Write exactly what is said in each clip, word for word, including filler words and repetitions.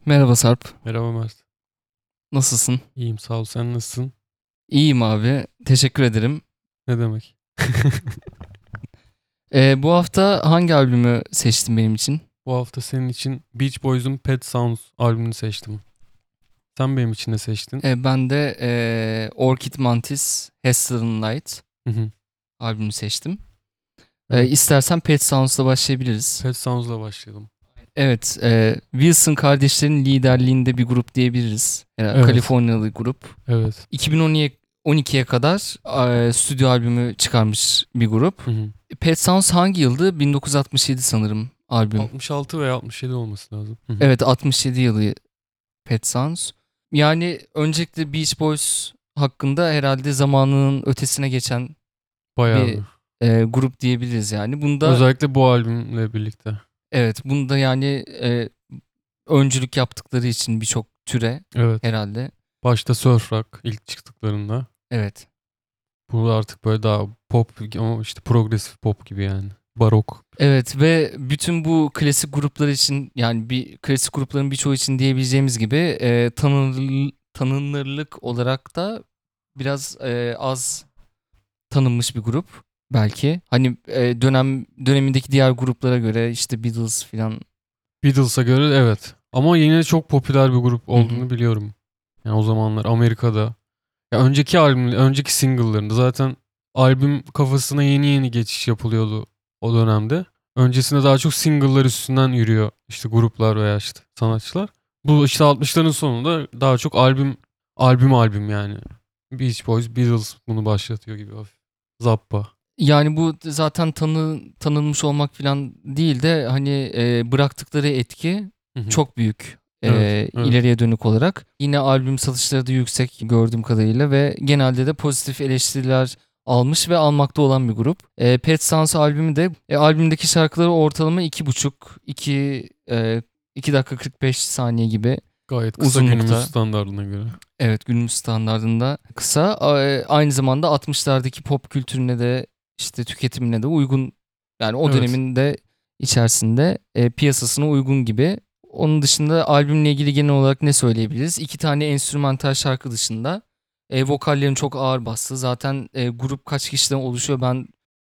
Merhaba Sarp. Merhaba Mert. Nasılsın? İyiyim sağ ol. Sen nasılsın? İyiyim abi. Teşekkür ederim. Ne demek? Ee, bu hafta hangi albümü seçtin benim için? Bu hafta senin için Beach Boys'un Pet Sounds albümünü seçtim. Sen benim için ne seçtin? Ee, ben de ee, Orchid Mantis Hester'n Light Hı hı. albümünü seçtim. Ee, Evet. istersen Pet Sounds'la başlayabiliriz. Pet Sounds'la başlayalım. Evet, ee, Wilson kardeşlerin liderliğinde bir grup diyebiliriz. Yani Evet. Kaliforniyalı grup. Evet. iki bin on ikiye kadar ee, stüdyo albümü çıkarmış bir grup. Hı hı. Pet Sounds hangi yıldı? bin dokuz yüz altmış yedi sanırım albüm. altmış altı veya altmış yedi olması lazım. Hı hı. Evet, altmış yedi yılı Pet Sounds. Yani öncelikle Beach Boys hakkında herhalde zamanının ötesine geçen Bayağı bir bir. e, grup diyebiliriz yani. Bunda Özellikle bu albümle birlikte. evet, bunda yani e, öncülük yaptıkları için birçok türe Evet. herhalde. Başta surf rock ilk çıktıklarında. Evet. Bu artık böyle daha pop ama işte progresif pop gibi yani. Barok. Evet ve bütün bu klasik gruplar için yani bir klasik grupların birçoğu için diyebileceğimiz gibi e, tanınır, tanınırlık olarak da biraz e, az tanınmış bir grup belki. Hani e, dönem dönemindeki diğer gruplara göre işte Beatles filan. Beatles'a göre evet. Ama yine çok popüler bir grup Hı hı. olduğunu biliyorum. Yani o zamanlar Amerika'da. Ya önceki albüm, önceki single'larında zaten albüm kafasına yeni yeni geçiş yapılıyordu o dönemde. Öncesinde daha çok single'lar üstünden yürüyor işte gruplar veya işte sanatçılar. Bu işte altmışların sonunda daha çok albüm albüm albüm yani. Beach Boys, Beatles bunu başlatıyor gibi hafif. Zappa. Yani bu zaten tanı tanınmış olmak filan değil de hani e, bıraktıkları etki Hı hı. çok büyük Evet, e, evet. ileriye dönük olarak. Yine albüm satışları da yüksek gördüğüm kadarıyla ve genelde de pozitif eleştiriler almış ve almakta olan bir grup. E, Pet Sounds albümü de e, albümdeki şarkıları ortalama iki buçuk iki e, iki dakika kırk beş saniye gibi Gayet kısa günümüz uzunlukta. standartına göre. Evet, günümüz standardında kısa. A- Aynı zamanda altmışlardaki pop kültürüne de işte tüketimine de uygun. Yani o Evet. dönemin de içerisinde e, piyasasına uygun gibi. Onun dışında albümle ilgili genel olarak ne söyleyebiliriz? İki tane enstrümantal şarkı dışında e, vokallerin çok ağır bastı. Zaten e, grup kaç kişiden oluşuyor ben...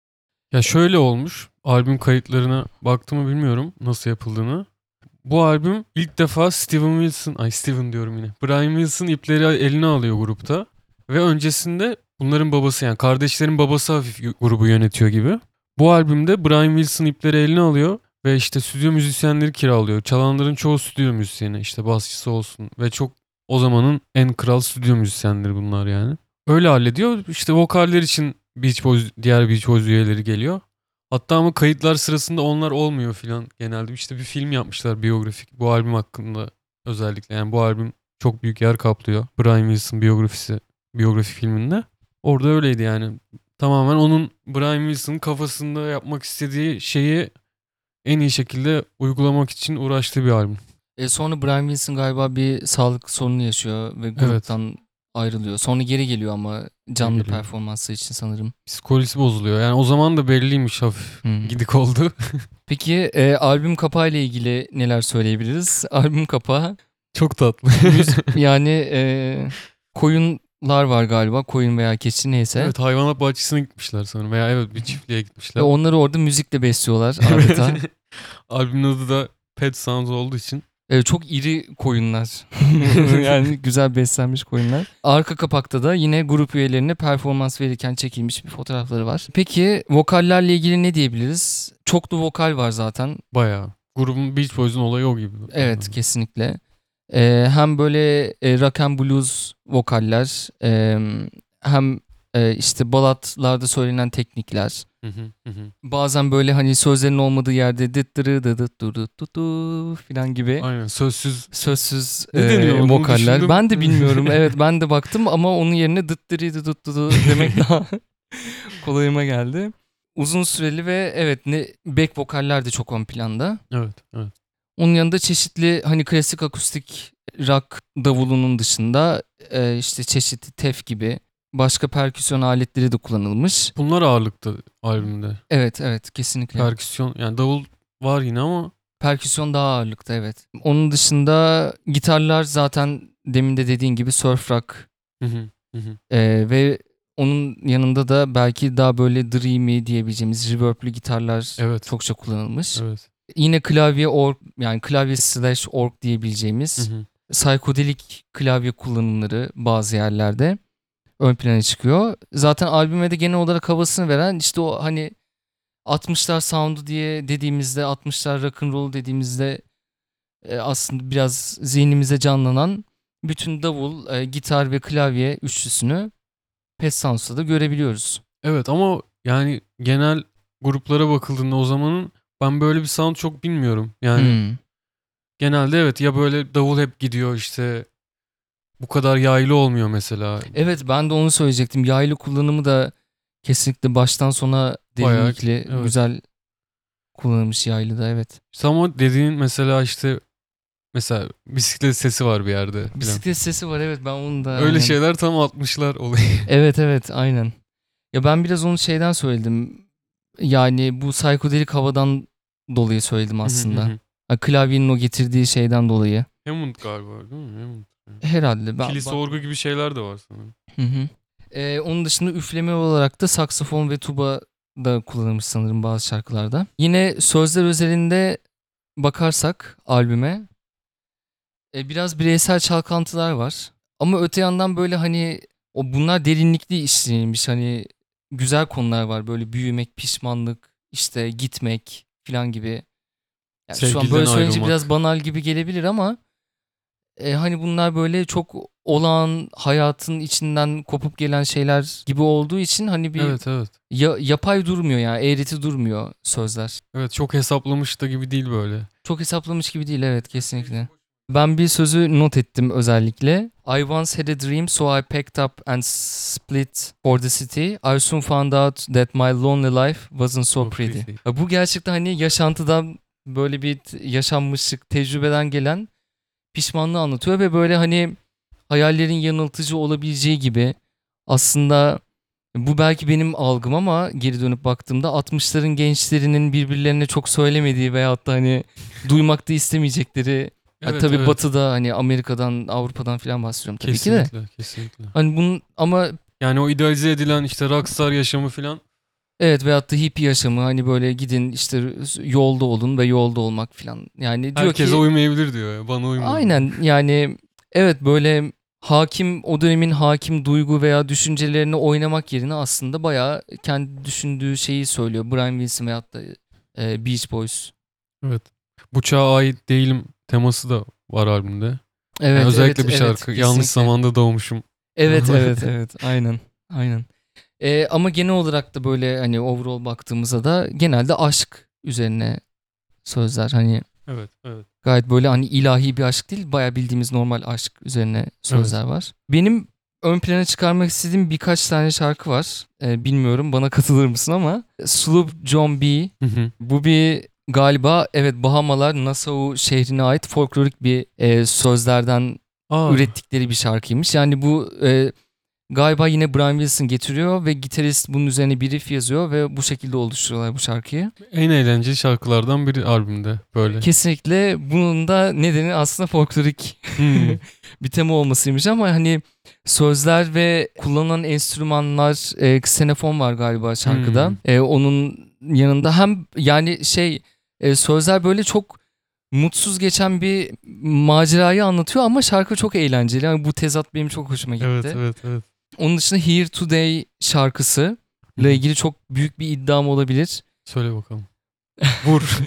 Ya şöyle olmuş. Albüm kayıtlarına baktığımı bilmiyorum nasıl yapıldığını. Bu albüm ilk defa Steven Wilson, ay Steven diyorum yine. Brian Wilson ipleri eline alıyor grupta. Ve öncesinde bunların babası yani kardeşlerin babası hafif y- grubu yönetiyor gibi. Bu albümde Brian Wilson ipleri eline alıyor ve işte stüdyo müzisyenleri kiralıyor. Çalanların çoğu stüdyo müzisyeni işte basçısı olsun ve çok o zamanın en kral stüdyo müzisyenleri bunlar yani. Öyle hallediyor. İşte vokaller için Beach Boys, diğer Beach Boys üyeleri geliyor. Hatta ama kayıtlar sırasında onlar olmuyor filan genelde. İşte bir film yapmışlar biyografik bu albüm hakkında özellikle. Yani bu albüm çok büyük yer kaplıyor. Brian Wilson biyografisi, biyografi filminde. Orada öyleydi yani. Tamamen onun Brian Wilson'ın kafasında yapmak istediği şeyi en iyi şekilde uygulamak için uğraştığı bir albüm. E, sonra Brian Wilson galiba bir sağlık sorunu yaşıyor ve Evet, gruptan ayrılıyor. Sonra geri geliyor ama geri canlı geliyor. performansı için sanırım. Psikolojisi bozuluyor. Yani o zaman da belliymiş hafif Hmm. gidik oldu. Peki e, albüm kapağı ile ilgili neler söyleyebiliriz? Albüm kapağı Çok tatlı. müz yani e, koyunlar var galiba, koyun veya keçi neyse Evet, hayvanat bahçesine gitmişler sanırım veya evet bir çiftliğe ve gitmişler. onları orada müzikle besliyorlar adeta. Albümün adı da Pet Sounds olduğu için. E, çok iri koyunlar. Yani güzel beslenmiş koyunlar. Arka kapakta da yine grup üyelerine performans verirken çekilmiş bir fotoğrafları var. Peki vokallerle ilgili ne diyebiliriz? Çoklu vokal var zaten. Bayağı. Grubun Beach Boys'un olayı o gibi. Evet, kesinlikle. Ee, hem böyle e, rock and blues vokaller, e, hem e, işte balatlarda söylenen teknikler. Hı hı, hı hı. Bazen böyle hani sözlerin olmadığı yerde dıt dırı dı dıt dı dıt dı dı filan gibi Aynen sözsüz. sözsüz Ne deniyor e, onu vokaller. düşündüm. Ben de bilmiyorum. Evet, ben de baktım ama onun yerine dıt dırı dı dıt dı dı demek daha kolayıma geldi. Uzun süreli ve evet ne back vokaller de çok ön planda. Evet, evet. Onun yanında çeşitli hani klasik akustik rock davulunun dışında e, işte çeşitli tef gibi başka perküsyon aletleri de kullanılmış. Bunlar ağırlıkta albümde. Evet, evet, kesinlikle. Perküsyon yani davul var yine ama Perküsyon daha ağırlıkta, evet. Onun dışında gitarlar zaten demin de dediğin gibi surf rock Hı hı. Hı hı. e, ve onun yanında da belki daha böyle dreamy diyebileceğimiz reverb'lü gitarlar Evet. çokça kullanılmış. Evet. Yine klavye org, yani klavye slash org Hı diyebileceğimiz hı. psikodelik klavye kullanımları bazı yerlerde ön plana çıkıyor. Zaten albüme de genel olarak havasını veren işte o hani altmışlar sound'u diye dediğimizde, altmışlar rock and roll dediğimizde e, aslında biraz zihnimize canlanan bütün davul, e, gitar ve klavye üçlüsünü Pet Sounds'ta da görebiliyoruz. Evet ama yani genel gruplara bakıldığında o zamanın ben böyle bir sound çok bilmiyorum. Yani Hmm. genelde evet ya böyle davul hep gidiyor işte bu kadar yaylı olmuyor mesela. Evet, ben de onu söyleyecektim. Yaylı kullanımı da kesinlikle baştan sona Bayağı derinlikli, evet. güzel kullanılmış yaylı da, evet. İşte ama dediğin mesela işte mesela bisiklet sesi var bir yerde filan. Bisiklet sesi var, evet, ben onu da Öyle aynen. şeyler tam altmışlar oluyor. Evet evet aynen. Ya ben biraz onu şeyden söyledim. Yani bu psikodelik havadan dolayı söyledim aslında. Ha, klavyenin o getirdiği şeyden dolayı. Hammond galiba değil mi? Hammond. Herhalde. Ben, Kilise bak- orgu gibi şeyler de var sanırım. Hı hı. Ee, onun dışında üfleme olarak da saksafon ve tuba da kullanılmış sanırım bazı şarkılarda. Yine sözler özelinde bakarsak albüme e, biraz bireysel çalkantılar var. Ama öte yandan böyle hani o bunlar derinlikli işlenilmiş, hani güzel konular var. Böyle büyümek, pişmanlık, işte gitmek falan gibi. Yani şu an Sevgiliden böyle söyleyince ayrılmak. biraz banal gibi gelebilir ama e, hani bunlar böyle çok olağan hayatın içinden kopup gelen şeyler gibi olduğu için hani bir Evet evet. ya- yapay durmuyor, yani eğreti durmuyor sözler. Evet çok hesaplamış da gibi değil böyle. Çok hesaplamış gibi değil, evet, kesinlikle. Ben bir sözü not ettim özellikle. I once had a dream so I packed up and split for the city. I soon found out that my lonely life wasn't so So pretty. pretty. Ya bu gerçekten hani yaşantıdan, böyle bir t- yaşanmışlık, tecrübeden gelen pişmanlığı anlatıyor ve böyle hani hayallerin yanıltıcı olabileceği gibi aslında bu belki benim algım ama geri dönüp baktığımda altmışların gençlerinin birbirlerine çok söylemediği veyahut da hani duymak da istemeyecekleri. Ha, Evet tabii evet. Batı'da, hani Amerika'dan, Avrupa'dan falan bahsediyorum tabii ki de. Kesinlikle kesinlikle. Hani bunun ama Yani o idealize edilen işte rockstar yaşamı filan. evet, veyahut da hippie yaşamı, hani böyle gidin işte yolda olun ve yolda olmak falan. Yani diyor Herkese ki uymayabilir diyor ya. Bana uymaz. aynen, yani evet, böyle hakim, o dönemin hakim duygu veya düşüncelerini oynamak yerine aslında bayağı kendi düşündüğü şeyi söylüyor. Brian Wilson veyahut da e, Beach Boys. Evet. Bu çağa ait değilim teması da var albümde. Yani Evet özellikle evet bir evet, şarkı. Yanlış kesinlikle. zamanda doğmuşum. Evet evet evet, aynen aynen. E, ama genel olarak da böyle hani overall baktığımızda da genelde aşk üzerine sözler. Hani Evet evet. gayet böyle hani ilahi bir aşk değil, bayağı bildiğimiz normal aşk üzerine sözler Evet. var. Benim ön plana çıkarmak istediğim birkaç tane şarkı var. Ee, bilmiyorum bana katılır mısın ama Sloop John B. Hı hı. Bu bir galiba, evet, Bahamalar Nassau şehrine ait folklorik bir e, sözlerden Aa, ürettikleri bir şarkıymış. Yani bu e, galiba yine Brian Wilson getiriyor ve gitarist bunun üzerine bir riff yazıyor ve bu şekilde oluşturuyorlar bu şarkıyı. en eğlenceli şarkılardan biri albümde böyle. Kesinlikle bunun da nedeni aslında folklorik Hmm. bir tema olmasıymış ama hani sözler ve kullanılan enstrümanlar, e, ksenofon var galiba şarkıda. Hmm. E, onun yanında hem yani şey e, sözler böyle çok mutsuz geçen bir macerayı anlatıyor ama şarkı çok eğlenceli. Yani bu tezat benim çok hoşuma gitti. Evet evet evet. Onun dışında Here Today şarkısı Hı ile hı. ilgili çok büyük bir iddiam olabilir. Söyle bakalım. Vur.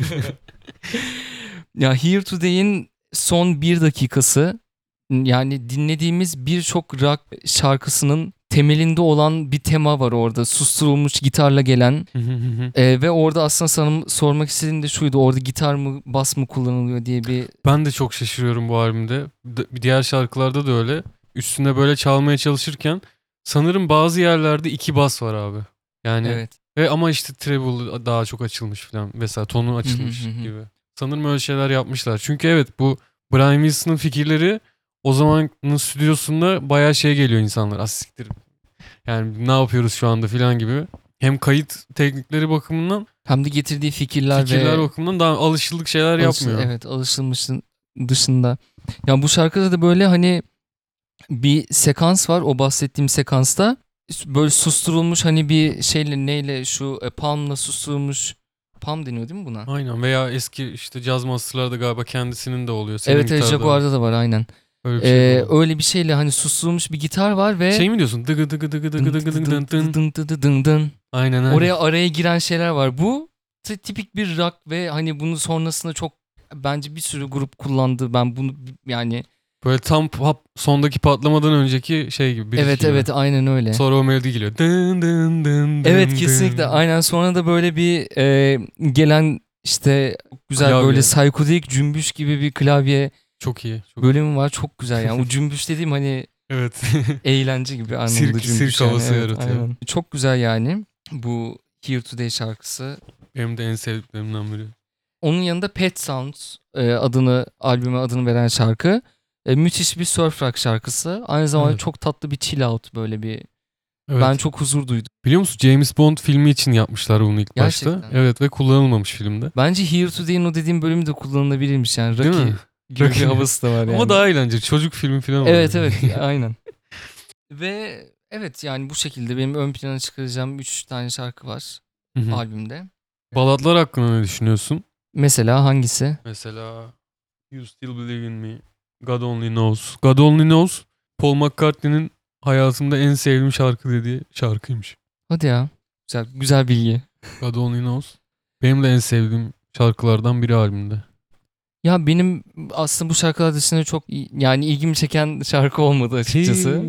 Ya Here Today'in son bir dakikası, yani dinlediğimiz birçok rock şarkısının temelinde olan bir tema var orada. Susturulmuş gitarla gelen Hı hı hı hı. e, ve orada aslında sana sormak istediğim de şuydu. Orada gitar mı bas mı kullanılıyor diye bir... Ben de çok şaşırıyorum bu albümde. D- Diğer şarkılarda da öyle. Üstüne böyle çalmaya çalışırken sanırım bazı yerlerde iki bas var abi. Yani Evet. ve ama işte treble daha çok açılmış falan. Mesela tonu açılmış Hı hı hı hı. gibi. Sanırım öyle şeyler yapmışlar. Çünkü evet bu Brian Wilson'ın fikirleri o zamanın stüdyosunda bayağı şey geliyor insanlar. Az siktir. Yani ne yapıyoruz şu anda falan gibi. Hem kayıt teknikleri bakımından Hem de getirdiği fikirler, Fikirler ve bakımından daha alışıldık şeyler alış- yapmıyor. evet, alışılmışın dışında. Ya bu şarkıda da böyle hani bir sekans var, o bahsettiğim sekansta böyle susturulmuş hani bir şeyle, neyle, şu e, palmla susturulmuş, palm deniyor değil mi buna? Aynen, veya eski işte caz masterlarda galiba kendisinin de oluyor. Senin Evet evet, gitarda Jaguar'da da var aynen. öyle bir şey de Ee, oluyor. öyle bir şeyle hani susturulmuş bir gitar var ve Şey mi diyorsun? Dıgı dıgı dıgı dıgı dıgı dıgı dın dın. dın dın dın dın dın. Aynen aynen. Oraya araya giren şeyler var. Bu t- tipik bir rock ve hani bunu sonrasında çok bence bir sürü grup kullandı. Ben bunu yani Böyle tam pop, sondaki patlamadan önceki şey gibi. bridge evet gibi. evet aynen öyle. Sonra o melodi geliyor. Dın dın dın dın Evet dın. kesinlikle aynen, sonra da böyle bir e, gelen işte güzel Klavye. böyle psikodelik cümbüş gibi bir klavye Çok iyi. Çok bölümü var. Çok güzel yani. O cümbüş dediğim hani Evet. eğlence gibi anlamda Sirk- cümbüş sirk yani. havası Evet, yaratıyor. aynen. Çok güzel yani bu Here Today şarkısı. Benim de en sevdiklerimden biri. Onun yanında Pet Sounds e, adını, albüme adını veren şarkı. E, müthiş bir surf rock şarkısı. Aynı zamanda Evet. çok tatlı bir chill out, böyle bir. Evet. Ben çok huzur duydum. Biliyor musun, James Bond filmi için yapmışlar bunu ilk başta. Gerçekten. Evet, ve kullanılmamış filmde. Bence Here Today'in o dediğim bölümü de kullanılabilirmiş yani. Değil Rocky mi? gibi bir Rocky. havası da var yani. Ama daha eğlenceli. Çocuk filmi falan oluyor. Evet evet aynen. Ve evet yani bu şekilde benim ön plana çıkaracağım üç tane şarkı var Hı hı. albümde. Balatlar hakkında ne düşünüyorsun? Mesela hangisi? Mesela You Still Believe in Me, God Only Knows. God Only Knows, Paul McCartney'nin hayatımda en sevdiğim şarkı dediği şarkıymış. Hadi ya. Güzel, güzel bilgi. God Only Knows. Benim de en sevdiğim şarkılardan biri albümde. Ya benim aslında bu şarkılar dışında çok yani ilgimi çeken şarkı olmadı açıkçası.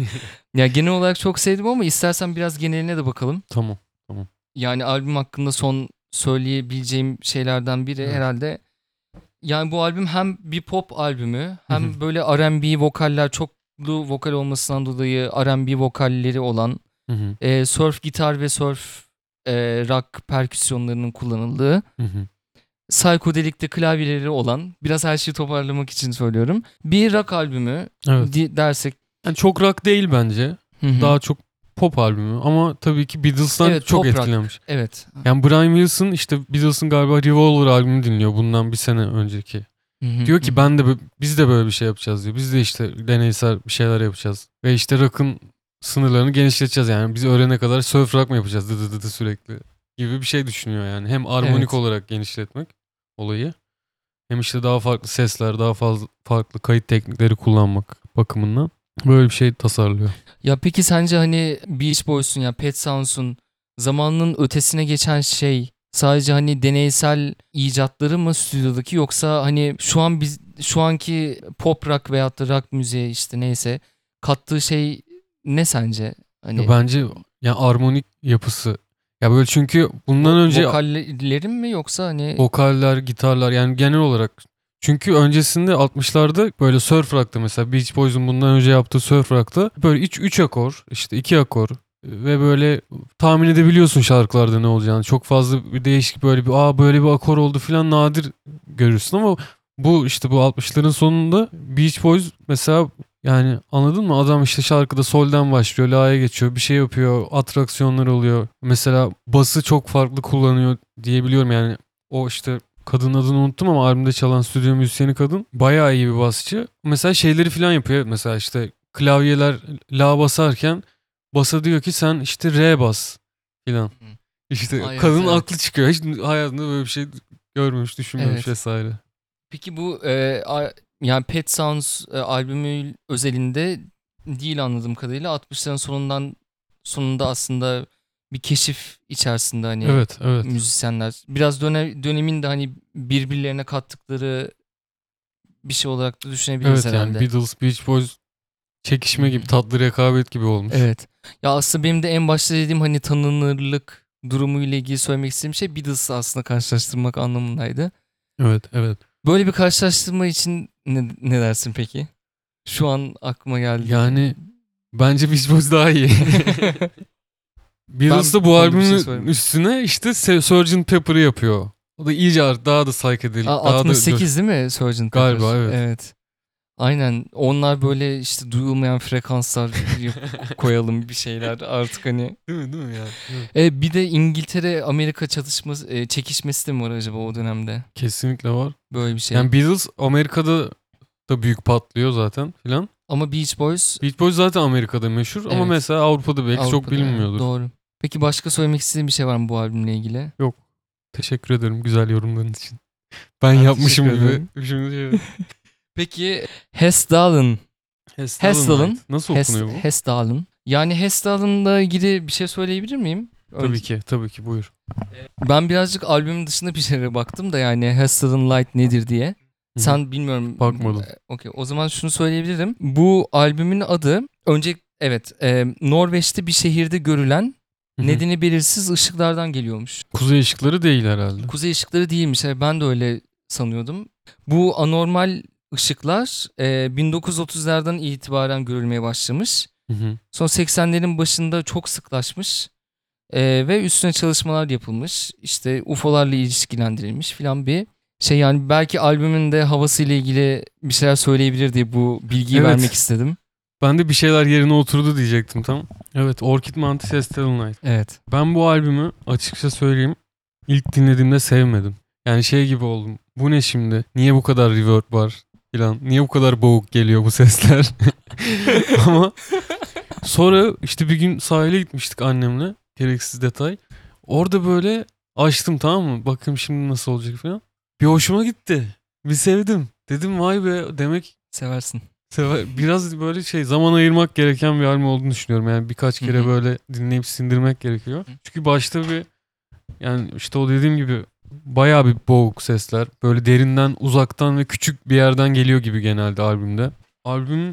Ya genel olarak çok sevdim ama istersen biraz geneline de bakalım. Tamam. Yani albüm hakkında son söyleyebileceğim şeylerden biri Evet. herhalde. Yani bu albüm hem bir pop albümü, Hı hem hı. böyle R and B vokaller, çoklu vokal olmasından dolayı R and B vokalleri olan, Hı hı. e, surf gitar ve surf e, rock perküsyonlarının kullanıldığı, Hı hı. psikodelikte klavyeleri olan, biraz her şeyi toparlamak için söylüyorum, bir rock albümü Evet. di- dersek. Yani çok rock değil bence. Hı hı. Daha çok pop albümü, ama tabii ki Beatles'tan Evet, çok pop rock. etkilenmiş. Evet. Yani Brian Wilson işte Beatles'ın galiba Revolver albümü dinliyor bundan bir sene önceki. Hı hı, Diyor hı ki hı. ben de bö- biz de böyle bir şey yapacağız diyor. Biz de işte deneysel bir şeyler yapacağız. Ve işte rock'ın sınırlarını genişleteceğiz yani. Biz öğlene kadar surf rock mı yapacağız dı dı dı dı sürekli gibi bir şey düşünüyor yani. Hem armonik Evet. olarak genişletmek olayı. Hem işte daha farklı sesler, daha fazla farklı kayıt teknikleri kullanmak bakımından böyle bir şey tasarlıyor. Ya peki sence hani Beach Boys'un ya Pet Sounds'un zamanının ötesine geçen şey sadece hani deneysel icatları mı stüdyodaki, yoksa hani şu an biz şu anki pop rock veyahut da rock müziğe işte neyse kattığı şey ne sence? Hani Ya bence yani armonik yapısı. Ya böyle, çünkü bundan vo- önce vokallerin mi, yoksa hani vokaller, gitarlar, yani genel olarak. Çünkü öncesinde altmışlarda böyle surf rock'ta, mesela Beach Boys'un bundan önce yaptığı surf rock'ta böyle üç üç akor, işte iki akor ve böyle tahmin edebiliyorsun şarkılarda ne olacağını. Çok fazla bir değişik böyle bir aa böyle bir akor oldu falan nadir görürsün, ama bu işte bu altmışların sonunda Beach Boys mesela, yani anladın mı? Adam işte şarkıda solden başlıyor, la'ya geçiyor, bir şey yapıyor, atraksiyonlar oluyor. Mesela bası çok farklı kullanıyor diyebiliyorum yani. O işte kadın adını unuttum ama albümde çalan stüdyo müzisyeni kadın bayağı iyi bir basçı. Mesela şeyleri falan yapıyor. Mesela işte klavyeler la basarken basa diyor ki sen işte re bas filan. İşte Ay, evet, kadının evet. aklı çıkıyor. Hiç hayatında böyle bir şey görmemiş, düşünmemiş Evet. vesaire. Peki bu e, a- yani Pet Sounds e, albümü özelinde değil anladığım kadarıyla, altmışların sonundan sonunda aslında bir keşif içerisinde hani Evet, evet. müzisyenler biraz dönem, dönemin de hani birbirlerine kattıkları bir şey olarak da düşünebiliriz Evet, yani herhalde. Beatles, Beach Boys çekişme Hı gibi, hı. tatlı rekabet gibi olmuş. Evet. Ya aslında benim de en başta dediğim hani tanınırlık durumu ile ilgili söylemek istediğim şey Beatles'ı aslında karşılaştırmak anlamındaydı. Evet, evet. Böyle bir karşılaştırma için ne, ne dersin peki? Şu an aklıma geldi. Yani bence Beach Boys daha iyi. Beatles Ben da bu konuda bir şey albümün söyleyeyim. üstüne işte Se- sergeant Pepper'ı yapıyor. O da iyice art- daha da psychedelic, Aa, daha da altmış sekiz coş- değil mi Sergeant Pepper? Galiba, evet. Evet. Aynen onlar böyle işte duyulmayan frekanslar yap- koyalım bir şeyler artık hani. Değil mi değil mi yani? Değil mi? E, bir de İngiltere Amerika çatışması e, çekişmesi de mi var acaba o dönemde? Kesinlikle var. Böyle bir şey. Yani Beatles Amerika'da da büyük patlıyor zaten filan. Ama Beach Boys Beach Boys zaten Amerika'da meşhur ama Evet. mesela Avrupa'da belki çok Avrupa'da, bilinmiyordur. doğru. Peki başka söylemek istediğin bir şey var mı bu albümle ilgili? Teşekkür ederim güzel yorumların için. Ben, Ben yapmışım teşekkür gibi. ederim. Şimdi şey... Peki Hesdalen. Hesdalen. Night. Nasıl Hes, okunuyor bu? Hesdalen. Yani Hesdalen'la ilgili bir şey söyleyebilir miyim? Tabii Önce- ki tabii ki buyur. Ben birazcık albümün dışında bir şeylere baktım da yani Hesdalen Light nedir diye. Hı hı. Sen bilmiyorum. Bakmadım. E, Okey. O zaman şunu söyleyebilirim. Bu albümün adı önce evet e, Norveç'te bir şehirde görülen Hı hı. nedeni belirsiz ışıklardan geliyormuş. Kuzey ışıkları değil herhalde. Kuzey ışıkları değilmiş. Evet, ben de öyle sanıyordum. Bu anormal ışıklar e, bin dokuz yüz otuzlardan itibaren görülmeye başlamış. Hı hı. Son seksenlerin başında çok sıklaşmış. E, ve üstüne çalışmalar yapılmış. İşte U F O'larla ilişkilendirilmiş filan bir şey. Yani belki albümün de havasıyla ilgili bir şeyler söyleyebilir diye bu bilgiyi Evet. vermek istedim. Ben de bir şeyler yerine oturdu diyecektim tam. Evet Orchid Mantis Hesdalen Night. Evet. Ben bu albümü açıkça söyleyeyim ilk dinlediğimde sevmedim. Yani şey gibi oldum. Bu ne şimdi? Niye bu kadar reverb var filan? Niye bu kadar boğuk geliyor bu sesler? Ama sonra işte bir gün sahile gitmiştik annemle. Gereksiz detay. Orada böyle açtım tamam mı? Bakayım şimdi nasıl olacak falan. Bir hoşuma gitti. Bir sevdim. Dedim vay be demek Seversin. sever. Biraz böyle şey zaman ayırmak gereken bir albüm olduğunu düşünüyorum. Yani birkaç kere Hı hı. böyle dinleyip sindirmek gerekiyor. Çünkü başta bir yani işte o dediğim gibi bayağı bir boğuk sesler. Böyle derinden, uzaktan ve küçük bir yerden geliyor gibi genelde albümde. Albüm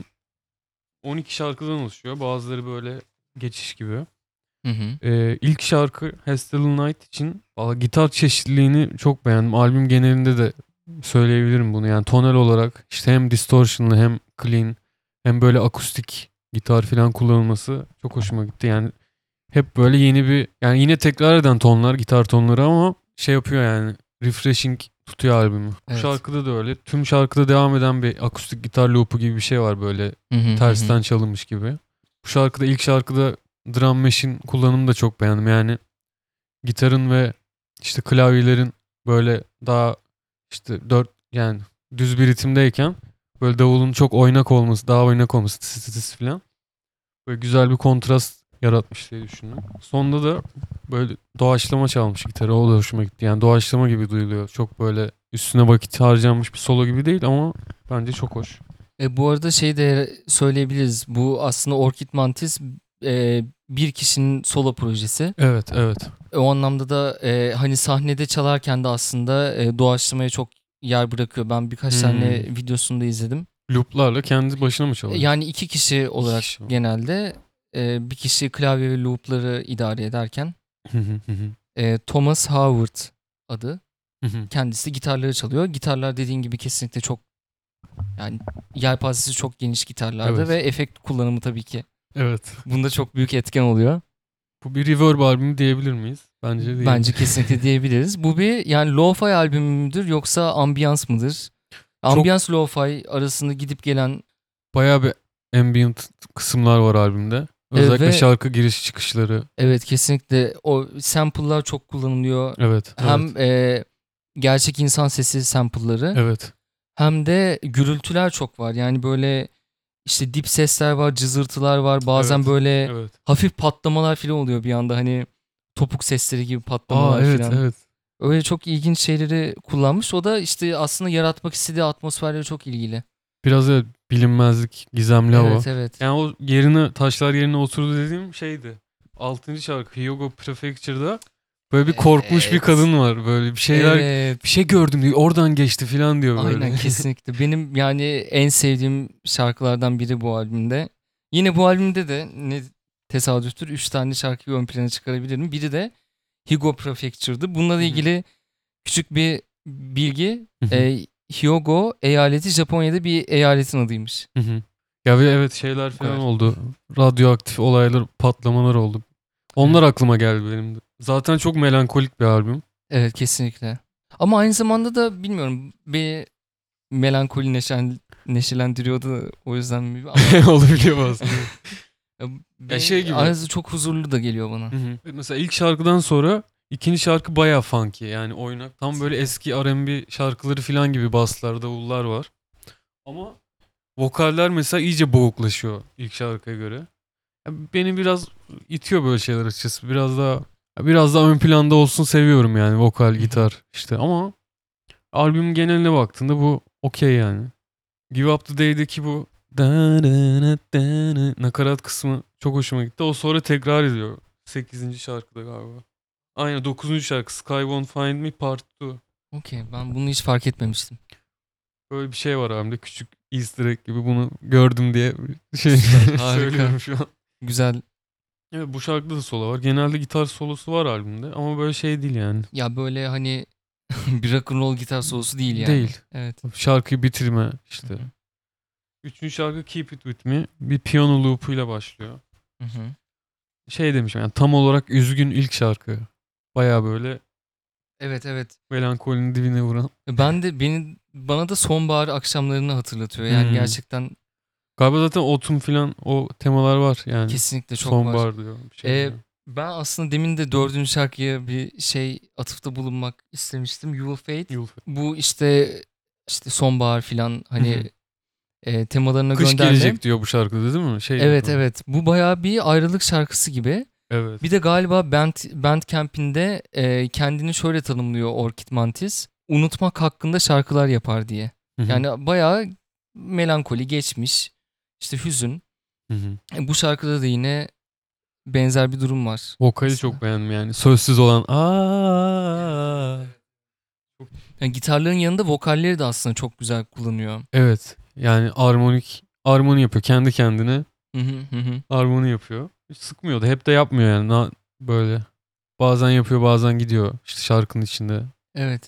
on iki şarkıdan oluşuyor. Bazıları böyle geçiş gibi. Hı hı. Ee, ilk şarkı Hesdalen Night için valla gitar çeşitliliğini çok beğendim. Albüm genelinde de söyleyebilirim bunu. Yani tonal olarak işte hem distortion'lı hem clean hem böyle akustik gitar falan kullanılması çok hoşuma gitti. Yani hep böyle yeni bir yani yine tekrar eden tonlar gitar tonları ama şey yapıyor yani refreshing tutuyor albümü. Bu Evet. şarkıda da öyle. Tüm şarkıda devam eden bir akustik gitar loop'u gibi bir şey var böyle Hı hı, hı tersten hı. çalınmış gibi. Bu şarkıda ilk şarkıda drum machine kullanımını da çok beğendim. Yani gitarın ve işte klavyelerin böyle daha işte dört yani düz bir ritimdeyken böyle davulun çok oynak olması, daha oynak olması tıs tıs tıs falan. Böyle güzel bir kontrast yaratmış diye düşündüm. Sonunda da böyle doğaçlama çalmış gitarı. O da hoşuma gitti. Yani doğaçlama gibi duyuluyor. Çok böyle üstüne vakit harcanmış bir solo gibi değil ama bence çok hoş. E, bu arada şey de söyleyebiliriz. Bu aslında Orchid Mantis e, bir kişinin solo projesi. Evet, evet. E, o anlamda da e, hani sahnede çalarken de aslında e, doğaçlamaya çok yer bırakıyor. Ben birkaç Hmm. tane videosunu da izledim. Loop'larla kendi başına mı E, çalıyor? yani iki kişi olarak kişi mi? genelde e, bir kişi klavye ve loopları idare ederken Hı hı hı hı. e, Thomas Howard adı. Hı hı. Kendisi gitarları çalıyor. Gitarlar dediğin gibi kesinlikle çok yani yelpazesi çok geniş gitarlarda Evet. ve efekt kullanımı tabii ki Evet. bunda çok büyük etken oluyor. Bu bir reverb albümü diyebilir miyiz? Bence değil. Bence kesinlikle diyebiliriz. Bu bir yani lo-fi albüm müdür yoksa ambiyans mıdır? Ambiyans lo-fi arasında gidip gelen Bayağı bir ambient kısımlar var albümde. Özellikle ve- şarkı giriş çıkışları. evet kesinlikle o sample'lar çok kullanılıyor. Evet. Hem evet. e, gerçek insan sesi sample'ları Evet. hem de gürültüler çok var. Yani böyle işte dip sesler var, cızırtılar var. Bazen Evet, böyle Evet. hafif patlamalar falan oluyor bir anda hani topuk sesleri gibi Aa patlamalar evet falan. evet. Öyle çok ilginç şeyleri kullanmış. O da işte aslında yaratmak istediği atmosferle çok ilgili. Biraz da bilinmezlik, gizemli hava. Evet evet. Yani o yerine taşlar yerine oturdu dediğim şeydi. Altıncı şarkı Hyogo Prefecture'da böyle bir korkmuş bir Evet. kadın var. Böyle bir şeyler Evet. bir şey gördüm diyor. Oradan geçti falan diyor böyle. Aynen kesinlikle. Benim yani en sevdiğim şarkılardan biri bu albümde. Yine bu albümde de ne tesadüftür üç tane şarkıyı ön plana çıkarabilirim. Biri de Hyogo Prefecture'dı. Bununla Hı hı. ilgili küçük bir bilgi. Hı hı. e, Hyogo eyaleti Japonya'da bir eyaletin adıymış. Hı hı. Ya ve evet şeyler falan kadar. oldu. Radyoaktif olaylar, patlamalar oldu. Onlar aklıma geldi benim de. Zaten çok melankolik bir albüm. Evet kesinlikle. Ama aynı zamanda da bilmiyorum bir melankoli neşen, neşelendiriyordu o yüzden mi? Ama Olabiliyor bazen. ya şey gibi. Arası çok huzurlu da geliyor bana. Hı hı. Mesela ilk şarkıdan sonra ikinci şarkı bayağı funky yani oynak. Tam böyle eski R and B şarkıları falan gibi baslar, davullar var. Ama vokaller mesela iyice boğuklaşıyor ilk şarkıya göre. Ya beni biraz itiyor böyle şeyler açıkçası. Biraz daha biraz daha ön planda olsun seviyorum yani vokal, gitar işte ama albümün geneline baktığında bu okey yani. Give Up The Day'deki bu nakarat kısmı çok hoşuma gitti. O sonra tekrar ediyor. sekizinci şarkıda galiba. Aynen dokuzuncu şarkı Sky Won't Find Me Part iki. Okey, ben bunu hiç fark etmemiştim. Böyle bir şey var abimde küçük easter egg gibi bunu gördüm diye şey Harika. söylüyorum şu an. Güzel. Evet bu şarkıda da solo var. Genelde gitar solosu var albümde ama böyle şey değil yani. Ya böyle hani bir rock'n'roll gitar solosu değil yani. Değil. Evet. Şarkıyı bitirme işte. Hı hı. Üçüncü şarkı Keep It With Me bir piyano loop'uyla başlıyor. Hı hı. Şey demişim yani tam olarak üzgün ilk şarkı. Baya böyle Evet evet. melankolinin dibine vuran. Ben de beni bana da sonbahar akşamlarını hatırlatıyor. Yani Hmm. gerçekten Galiba zaten Autumn filan o temalar var yani. kesinlikle çok var. Sonbahar diyor. Bir şey Ee, diyor. ben aslında demin de dördüncü şarkıya bir şey atıfta bulunmak istemiştim. You Will Fade. Yul- Bu işte işte sonbahar filan hani e, temalarına Kış gönderme. gelecek diyor bu şarkıda değil mi? Şey Evet diyor. evet. Bu bayağı bir ayrılık şarkısı gibi. Evet. Bir de galiba Band, Bandcamp'inde e, kendini şöyle tanımlıyor Orchid Mantis. Unutmak hakkında şarkılar yapar diye. Hı hı. Yani bayağı melankoli, geçmiş, işte hüzün. Hı hı. E, bu şarkıda da yine benzer bir durum var. Vokali Aslında. çok beğendim yani. Sözsüz olan aa. Yani gitarların yanında vokalleri de aslında çok güzel kullanıyor. Evet. Yani armonik armoni yapıyor kendi kendine. Hı hı hı hı. Armoni yapıyor. Hiç sıkmıyordu. Hep de yapmıyor yani. Na- böyle. Bazen yapıyor bazen gidiyor. İşte şarkının içinde. Evet.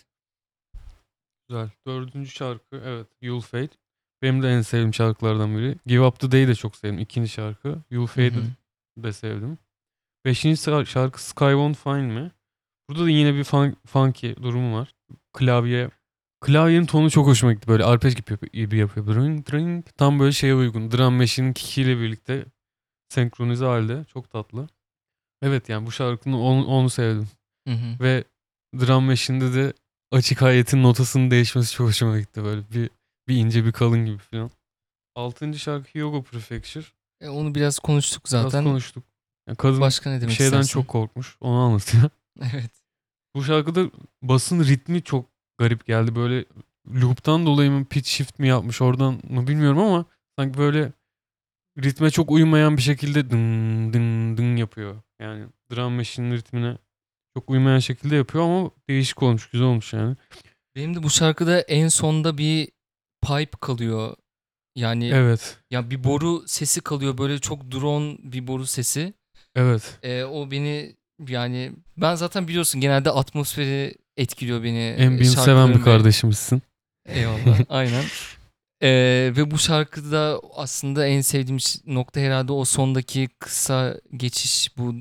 Güzel. Dördüncü şarkı evet. You'll Fade. Benim de en sevdiğim şarkılardan biri. Give Up The Day'i de çok sevdim. İkinci şarkı. You'll Hı Fade'i hı. de sevdim. Beşinci şar- şarkı Sky Won't Find Me. Burada da yine bir fun- funky durumu var. Klavye. Klavyenin tonu çok hoşuma gitti. Böyle arpej gibi yapıyor. Gibi yapıyor. Dring, dring. Tam böyle şeye uygun. Drum machine'in kickiyle birlikte senkronize halde. Çok tatlı. Evet yani bu şarkının onu, onu sevdim. Hı hı. Ve drum machine'de de açık hayetin notasının değişmesi çok hoşuma gitti. Böyle bir bir ince bir kalın gibi falan. Altıncı şarkı Yoga Prefecture. E, onu biraz konuştuk Biraz zaten. konuştuk. Yani kadın Başka ne bir demek şeyden istersin? çok korkmuş. Onu anlatıyor. Evet. Bu şarkıda basın ritmi çok garip geldi. Böyle loop'tan dolayı mı pitch shift mi yapmış oradan mı bilmiyorum ama sanki böyle ritme çok uymayan bir şekilde dın dın dın yapıyor. Yani drum machine'in ritmine çok uymayan şekilde yapıyor ama değişik olmuş, güzel olmuş yani. Benim de bu şarkıda en sonda bir pipe kalıyor. Yani Evet, ya bir boru sesi kalıyor. Böyle çok drone bir boru sesi. evet. E, o beni yani ben zaten biliyorsun genelde atmosferi etkiliyor beni. e, Ambient seven bir şarkıların ve kardeşimizsin. eyvallah aynen. E, ve bu şarkıda aslında en sevdiğim ş- nokta herhalde o sondaki kısa geçiş, bu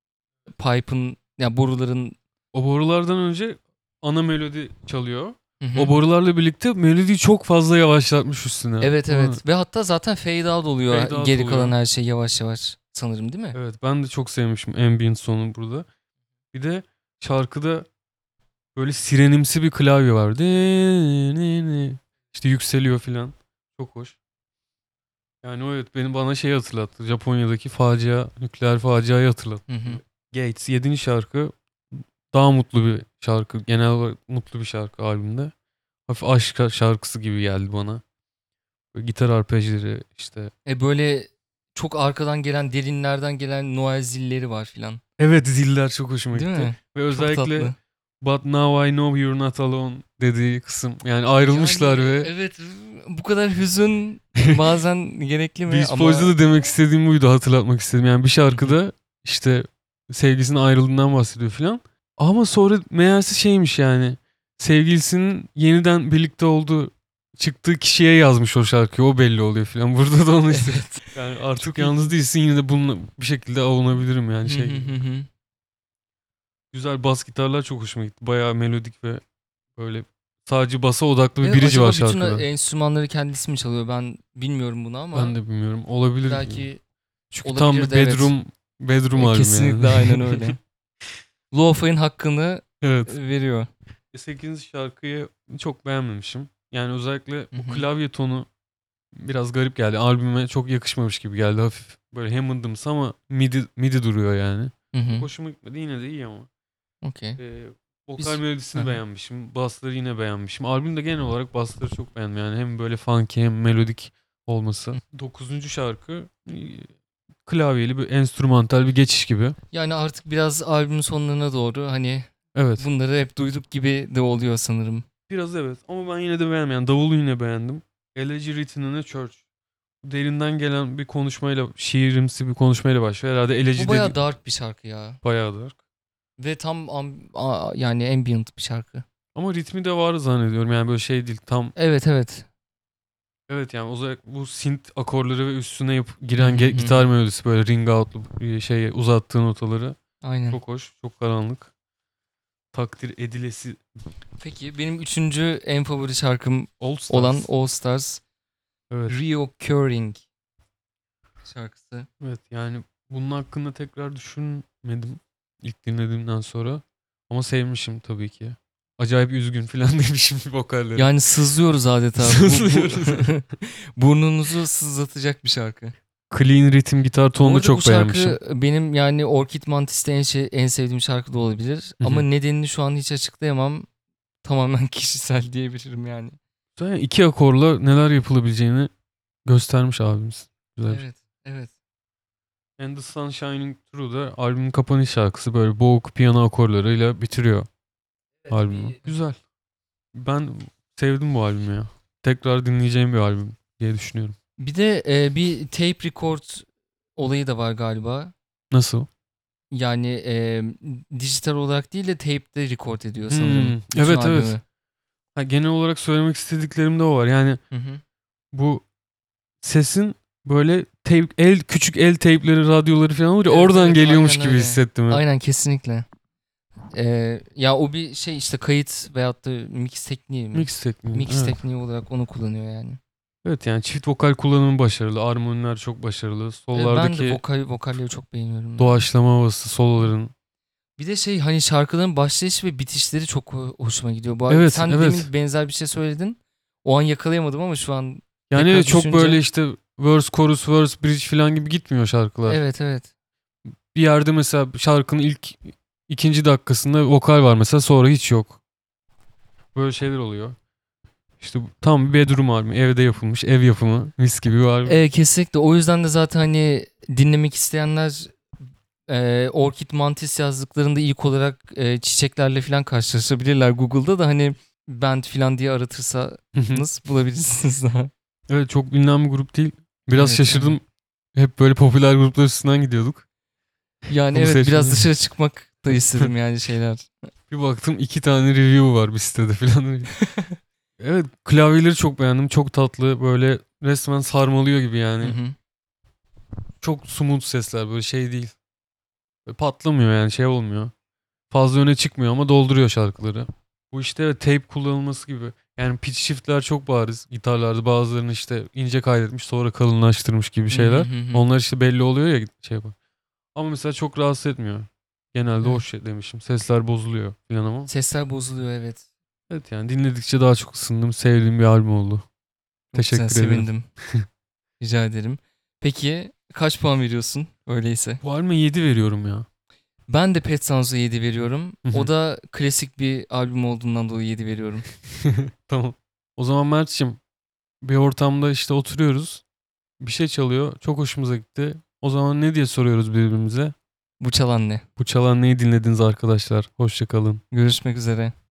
pipe'ın ya boruların. O borulardan önce ana melodi çalıyor. Hı hı. O borularla birlikte melodiyi çok fazla yavaşlatmış üstüne. Evet Onu- evet ve hatta zaten fade out oluyor, Fade out geri oluyor. kalan her şey yavaş yavaş sanırım, değil mi? Evet ben de çok sevmişim ambient sonu burada. Bir de şarkıda böyle sirenimsi bir klavye var. İşte yükseliyor filan. Çok hoş. Yani o evet beni bana şey hatırlattı. Japonya'daki facia, nükleer faciayı hatırlattı. Hı hı. Gates yedinci şarkı daha mutlu bir şarkı. Genel olarak mutlu bir şarkı albümde. Hafif aşk şarkısı gibi geldi bana. Böyle gitar arpejleri işte. E böyle çok arkadan gelen, derinlerden gelen Noel zilleri var filan. Evet ziller çok hoşuma Değil gitti. mi? Ve Çok özellikle tatlı. But Now I Know You're Not Alone dediği kısım. Yani ayrılmışlar Yani, ve evet, bu kadar hüzün bazen gerekli mi? Beach Ama Boys'da da demek istediğim buydu, hatırlatmak istedim. Yani bir şarkıda işte sevgilisinin ayrıldığından bahsediyor filan. Ama sonra meğerse şeymiş yani. Sevgilisinin yeniden birlikte olduğu çıktığı kişiye yazmış o şarkıyı. O belli oluyor filan. Burada da onu istedim. evet. Yani artık Çok yalnız ilginç. değilsin, yine de bununla bir şekilde avunabilirim yani Hı şey hı gibi. hı hı. Güzel bas gitarlar çok hoşuma gitti. Bayağı melodik ve böyle sadece basa odaklı bir Ve birici acaba var bütün şarkıda. enstrümanları kendisi mi çalıyor? Ben bilmiyorum bunu ama Ben de bilmiyorum. Olabilir. belki Çünkü tam bir olabilir de evet. bedroom bedroom E, albüm Kesinlikle yani. aynen öyle. Lo-fi'nin hakkını Evet. veriyor. sekizinci şarkıyı çok beğenmemişim. Yani özellikle Hı o hı. klavye tonu biraz garip geldi. Albüme çok yakışmamış gibi geldi hafif. Böyle Hammond'ımsı ama midi, midi duruyor yani. Hı Çok hı. hoşuma gitmedi. Yine de iyi ama. Okey. Ee, vokal Biz Hı melodisini hı. beğenmişim. Bassları yine beğenmişim. Albümde genel olarak bassları çok beğendim. Yani hem böyle funky hem melodik olması. Hı. Dokuzuncu şarkı e, klavyeli bir enstrümantal bir geçiş gibi. Yani artık biraz albümün sonlarına doğru hani Evet. bunları hep duyduk gibi de oluyor sanırım. Biraz evet ama ben yine de beğendim. Yani davulu yine beğendim. Elegy Written in a Church. Derinden gelen bir konuşmayla, şiirimsi bir konuşmayla başlıyor. Herhalde Elegy Bu dedi bayağı dark bir şarkı ya. bayağı dark. Ve tam am- a- yani ambient bir şarkı. Ama ritmi de var zannediyorum. Yani böyle şey değil. Tam Evet evet. evet yani özellikle bu synth akorları ve üstüne yap, Hı giren hı ge- hı gitar hı. melodisi böyle ring out'lu bir şey uzattığı notaları Aynen. çok hoş, çok karanlık. Takdir edilesi Peki benim üçüncü en favori şarkım All olan Stars. All Stars Evet. Reoccurring şarkısı. Evet yani bunun hakkında tekrar düşünmedim ilk dinlediğimden sonra. Ama sevmişim tabii ki. Acayip üzgün falan demişim vokalleri. Yani sızlıyoruz adeta. Bu, bu Sızlıyoruz. burnunuzu sızlatacak bir şarkı. Clean ritim gitar Bu tonunu arada bu çok beğenmişim. şarkı benim yani Orchid Mantis'te en, şey, en sevdiğim şarkı da olabilir. Hı Ama hı. nedenini şu an hiç açıklayamam. Tamamen kişisel diyebilirim yani. Zaten iki akorla neler yapılabileceğini göstermiş abimiz. Güzel bir şey. Evet, evet. And the Sun Shining Through da albümün kapanış şarkısı böyle boğuk piyano akorlarıyla bitiriyor Evet, albümü. bir Güzel. Ben sevdim bu albümü ya. Tekrar dinleyeceğim bir albüm diye düşünüyorum. bir de e, bir tape record olayı da var galiba. Nasıl? Yani e, dijital olarak değil de tape'de record ediyor sanırım Hmm, bütün evet evet. albümü. Ha, genel olarak söylemek istediklerim de o var. Yani Hı hı. bu sesin böyle tape, el küçük el teypleri, radyoları falan olur ya Evet, oradan evet, geliyormuş aynen gibi öyle. hissettim hep. Aynen kesinlikle. E, ya o bir şey işte kayıt veyahut da mix tekniği mi? Mix tekniği. Mix Evet. tekniği olarak onu kullanıyor yani. Evet yani çift vokal kullanımı başarılı. Armoniler çok başarılı. E, ben de Sollardaki vokal vokalleri çok beğeniyorum ya. doğaçlama havası, soloların. Bir de şey hani şarkıların başlayışı ve bitişleri çok ho- hoşuma gidiyor. Bu, Evet, sen evet. demin benzer bir şey söyledin. O an yakalayamadım ama şu an Yani tekrar evet, çok düşünce. böyle işte verse, chorus, verse, bridge falan gibi gitmiyor şarkılar. Evet evet. Bir yerde mesela şarkının ilk ikinci dakikasında vokal var mesela sonra hiç yok. Böyle şeyler oluyor. İşte bu tam bir bedroom albümü. Evde yapılmış. Ev yapımı. Mis gibi bir albüm. E, kesinlikle o yüzden de zaten hani dinlemek isteyenler e, Orchid Mantis yazdıklarında ilk olarak e, çiçeklerle falan karşılaşabilirler Google'da da hani band falan diye aratırsanız bulabilirsiniz daha. Evet, çok bilinen bir grup değil. Biraz Evet, şaşırdım. Hep böyle popüler gruplar üstünden gidiyorduk. yani Bunu evet biraz seçmeye. dışarı çıkmak da istedim yani şeyler. Bir baktım iki tane review var bir sitede falan. Evet, klavyeleri çok beğendim. Çok tatlı, böyle resmen sarmalıyor gibi Hı yani. hı. Çok smooth sesler, böyle şey değil. Böyle patlamıyor yani, şey olmuyor. Fazla öne çıkmıyor ama dolduruyor şarkıları. Bu işte evet, tape kullanılması gibi. Yani pitch shift'ler çok bariz gitarlarda. Bazılarını işte ince kaydetmiş sonra kalınlaştırmış gibi Hı hı şeyler. hı hı. Onlar işte belli oluyor ya şey yapar. Ama mesela çok rahatsız etmiyor. Genelde Evet. hoş şey demişim. Sesler bozuluyor falan ama. Sesler bozuluyor evet. Evet yani dinledikçe daha çok ısındım. Sevdiğim bir albüm oldu. Çok güzel Teşekkür ederim. sevindim. Rica ederim. Peki kaç puan veriyorsun öyleyse? Bu albüme yedi veriyorum ya. Ben de Pet Sounds'a yedi veriyorum. Hı hı. O da klasik bir albüm olduğundan dolayı yedi veriyorum. Tamam. O zaman Mert'ciğim, bir ortamda işte oturuyoruz. Bir şey çalıyor. Çok hoşumuza gitti. O zaman ne diye soruyoruz birbirimize? Bu çalan ne? Bu çalan neyi dinlediniz arkadaşlar? Hoşça kalın. Görüşmek üzere.